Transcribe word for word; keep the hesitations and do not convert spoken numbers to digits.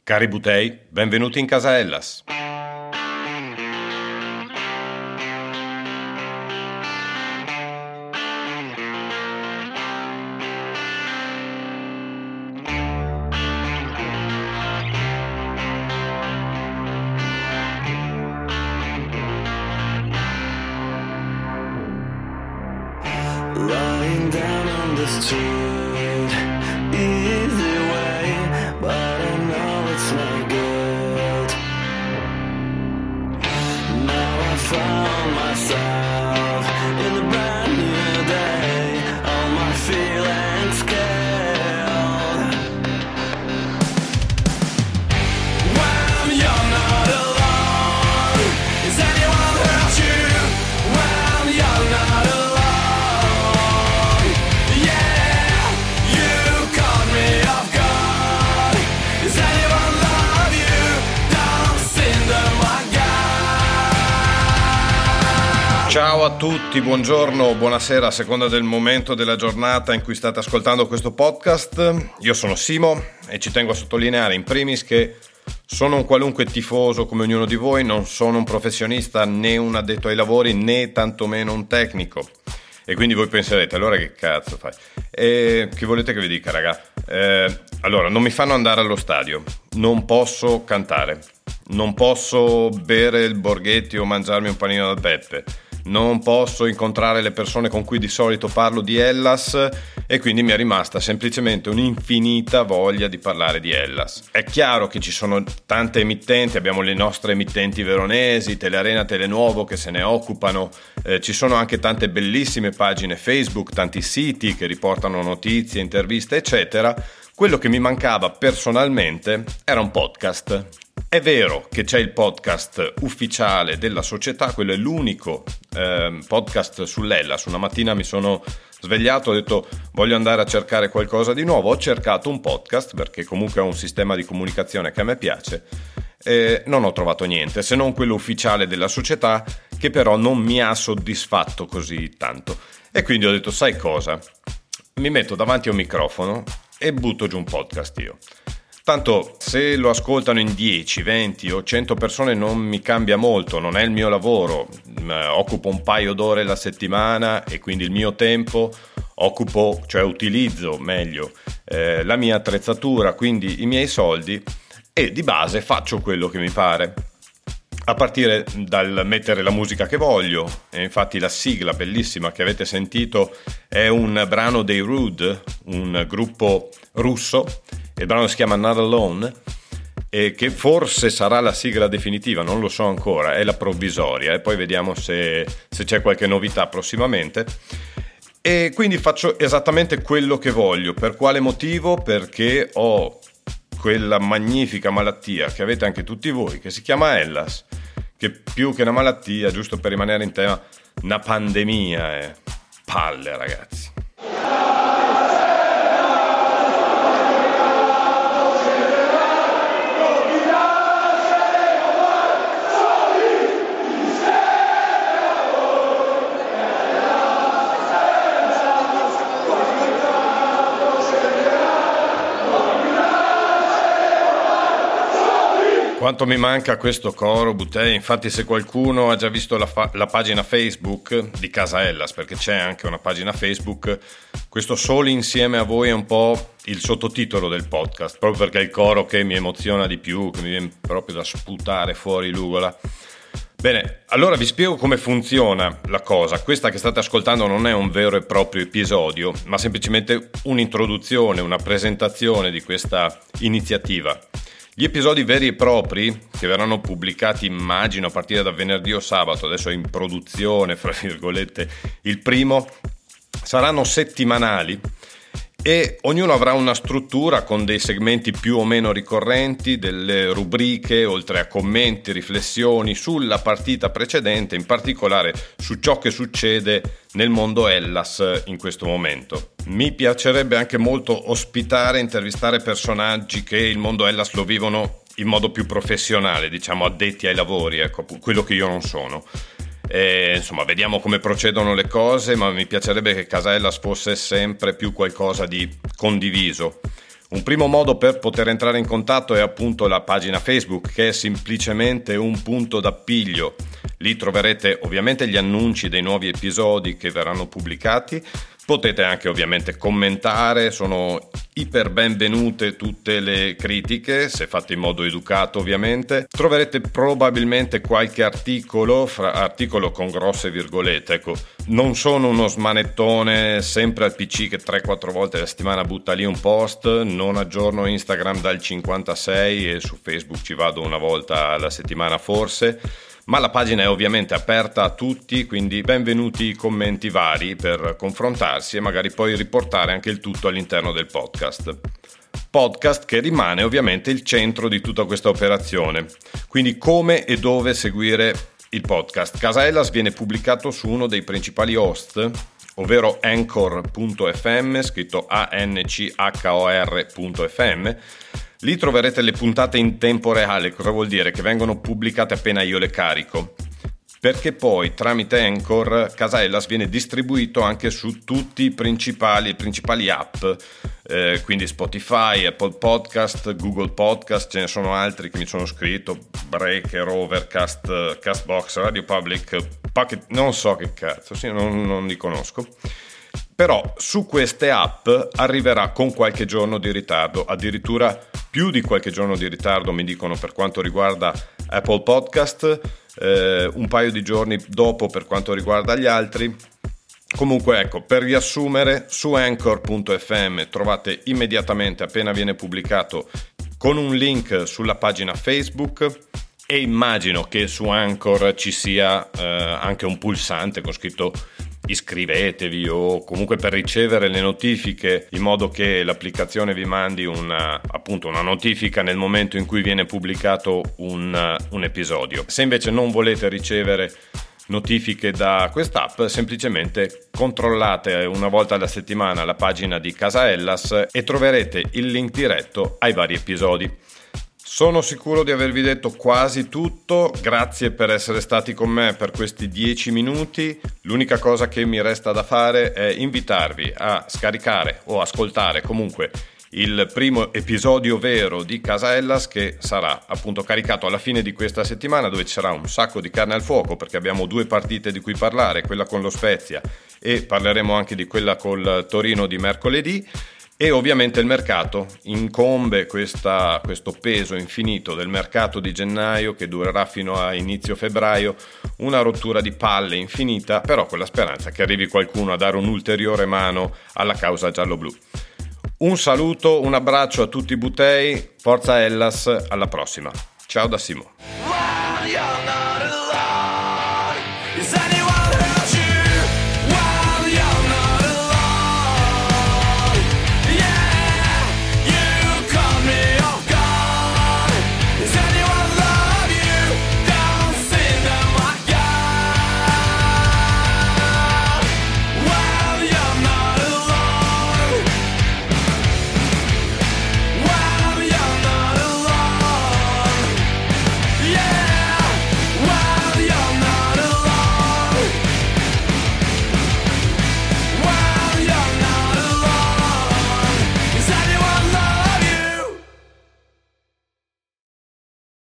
Cari Butei, benvenuti in casa Hellas. Lying down on the street, easy way, but I know it's not good. Now I found myself in a brand new day, all my feelings killed. When you're not alone, is anyone hurt you? When you're not alone, ciao a tutti, buongiorno, buonasera a seconda del momento della giornata in cui state ascoltando questo podcast. Io sono Simo e ci tengo a sottolineare in primis che sono un qualunque tifoso come ognuno di voi, non sono un professionista né un addetto ai lavori né tantomeno un tecnico. E quindi voi penserete, allora che cazzo fai? E che volete che vi dica, raga? Eh, allora, non mi fanno andare allo stadio, non posso cantare, non posso bere il Borghetti o mangiarmi un panino da Beppe, non posso incontrare le persone con cui di solito parlo di Hellas e quindi mi è rimasta semplicemente un'infinita voglia di parlare di Hellas. È chiaro che ci sono tante emittenti, abbiamo le nostre emittenti veronesi, Telearena, Telenuovo che se ne occupano, eh, ci sono anche tante bellissime pagine Facebook, tanti siti che riportano notizie, interviste eccetera. Quello che mi mancava personalmente era un podcast. È vero che c'è il podcast ufficiale della società, quello è l'unico eh, podcast sull'Hellas. Una mattina mi sono svegliato, ho detto voglio andare a cercare qualcosa di nuovo, ho cercato un podcast perché comunque è un sistema di comunicazione che a me piace e non ho trovato niente se non quello ufficiale della società, che però non mi ha soddisfatto così tanto e quindi ho detto sai cosa, mi metto davanti a un microfono e butto giù un podcast io. Tanto se lo ascoltano in dieci, venti o cento persone non mi cambia molto, non è il mio lavoro, occupo un paio d'ore la settimana e quindi il mio tempo occupo, cioè utilizzo meglio eh, la mia attrezzatura, quindi i miei soldi e di base faccio quello che mi pare. A partire dal mettere la musica che voglio, e infatti la sigla bellissima che avete sentito è un brano dei Rude, un gruppo russo, il brano si chiama Not Alone, e che forse sarà la sigla definitiva, non lo so ancora, è la provvisoria, e poi vediamo se, se c'è qualche novità prossimamente. E quindi faccio esattamente quello che voglio. Per quale motivo? Perché ho quella magnifica malattia che avete anche tutti voi, che si chiama Hellas, che più che una malattia, giusto per rimanere in tema, una pandemia è palle, ragazzi. Quanto mi manca questo coro, Butei. Infatti se qualcuno ha già visto la, fa- la pagina Facebook di Casa Hellas, perché c'è anche una pagina Facebook, questo Soli insieme a voi è un po' il sottotitolo del podcast, proprio perché è il coro che mi emoziona di più, che mi viene proprio da sputare fuori l'ugola. Bene, allora vi spiego come funziona la cosa. Questa che state ascoltando non è un vero e proprio episodio, ma semplicemente un'introduzione, una presentazione di questa iniziativa. Gli episodi veri e propri, che verranno pubblicati immagino a partire da venerdì o sabato, adesso è in produzione, fra virgolette, il primo, saranno settimanali e ognuno avrà una struttura con dei segmenti più o meno ricorrenti, delle rubriche, oltre a commenti, riflessioni sulla partita precedente, in particolare su ciò che succede nel mondo Hellas in questo momento. Mi piacerebbe anche molto ospitare, intervistare personaggi che il mondo Hellas lo vivono in modo più professionale, diciamo addetti ai lavori, ecco, quello che io non sono. E, insomma, vediamo come procedono le cose, ma mi piacerebbe che Casa Hellas fosse sempre più qualcosa di condiviso. Un primo modo per poter entrare in contatto è appunto la pagina Facebook, che è semplicemente un punto d'appiglio. Lì troverete ovviamente gli annunci dei nuovi episodi che verranno pubblicati. Potete anche ovviamente commentare, sono iper benvenute tutte le critiche, se fatte in modo educato ovviamente. Troverete probabilmente qualche articolo, fra, articolo con grosse virgolette, ecco. Non sono uno smanettone sempre al P C che tre quattro volte alla settimana butta lì un post, non aggiorno Instagram dal cinquantasei e su Facebook ci vado una volta alla settimana forse. Ma la pagina è ovviamente aperta a tutti, quindi benvenuti i commenti vari per confrontarsi e magari poi riportare anche il tutto all'interno del podcast. Podcast che rimane ovviamente il centro di tutta questa operazione. Quindi come e dove seguire il podcast? Casa Hellas viene pubblicato su uno dei principali host, ovvero anchor punto effe emme, scritto A N C H O R punto effe emme. Lì troverete le puntate in tempo reale. Cosa vuol dire? Che vengono pubblicate appena io le carico, perché poi tramite Anchor Casa Hellas viene distribuito anche su tutti i principali, i principali app, eh, quindi Spotify, Apple Podcast, Google Podcast, ce ne sono altri che mi sono scritto, Breaker, Overcast, Castbox, Radio Public, Pocket, non so che cazzo, sì, non, non li conosco. Però su queste app arriverà con qualche giorno di ritardo, addirittura più di qualche giorno di ritardo mi dicono per quanto riguarda Apple Podcast, eh, un paio di giorni dopo per quanto riguarda gli altri. Comunque ecco, per riassumere, su anchor punto effe emme trovate immediatamente appena viene pubblicato con un link sulla pagina Facebook, e immagino che su Anchor ci sia eh, anche un pulsante con scritto iscrivetevi o comunque per ricevere le notifiche, in modo che l'applicazione vi mandi una, appunto una notifica nel momento in cui viene pubblicato un, un episodio. Se invece non volete ricevere notifiche da quest'app, semplicemente controllate una volta alla settimana la pagina di Casa Hellas e troverete il link diretto ai vari episodi. Sono sicuro di avervi detto quasi tutto, grazie per essere stati con me per questi dieci minuti. L'unica cosa che mi resta da fare è invitarvi a scaricare o ascoltare comunque il primo episodio vero di Casa Hellas, che sarà appunto caricato alla fine di questa settimana, dove ci sarà un sacco di carne al fuoco perché abbiamo due partite di cui parlare, quella con lo Spezia e parleremo anche di quella col Torino di mercoledì. E ovviamente il mercato, incombe questa, questo peso infinito del mercato di gennaio che durerà fino a inizio febbraio, una rottura di palle infinita, però con la speranza che arrivi qualcuno a dare un'ulteriore mano alla causa giallo-blu. Un saluto, un abbraccio a tutti i Butei, forza Hellas, alla prossima. Ciao da Simo.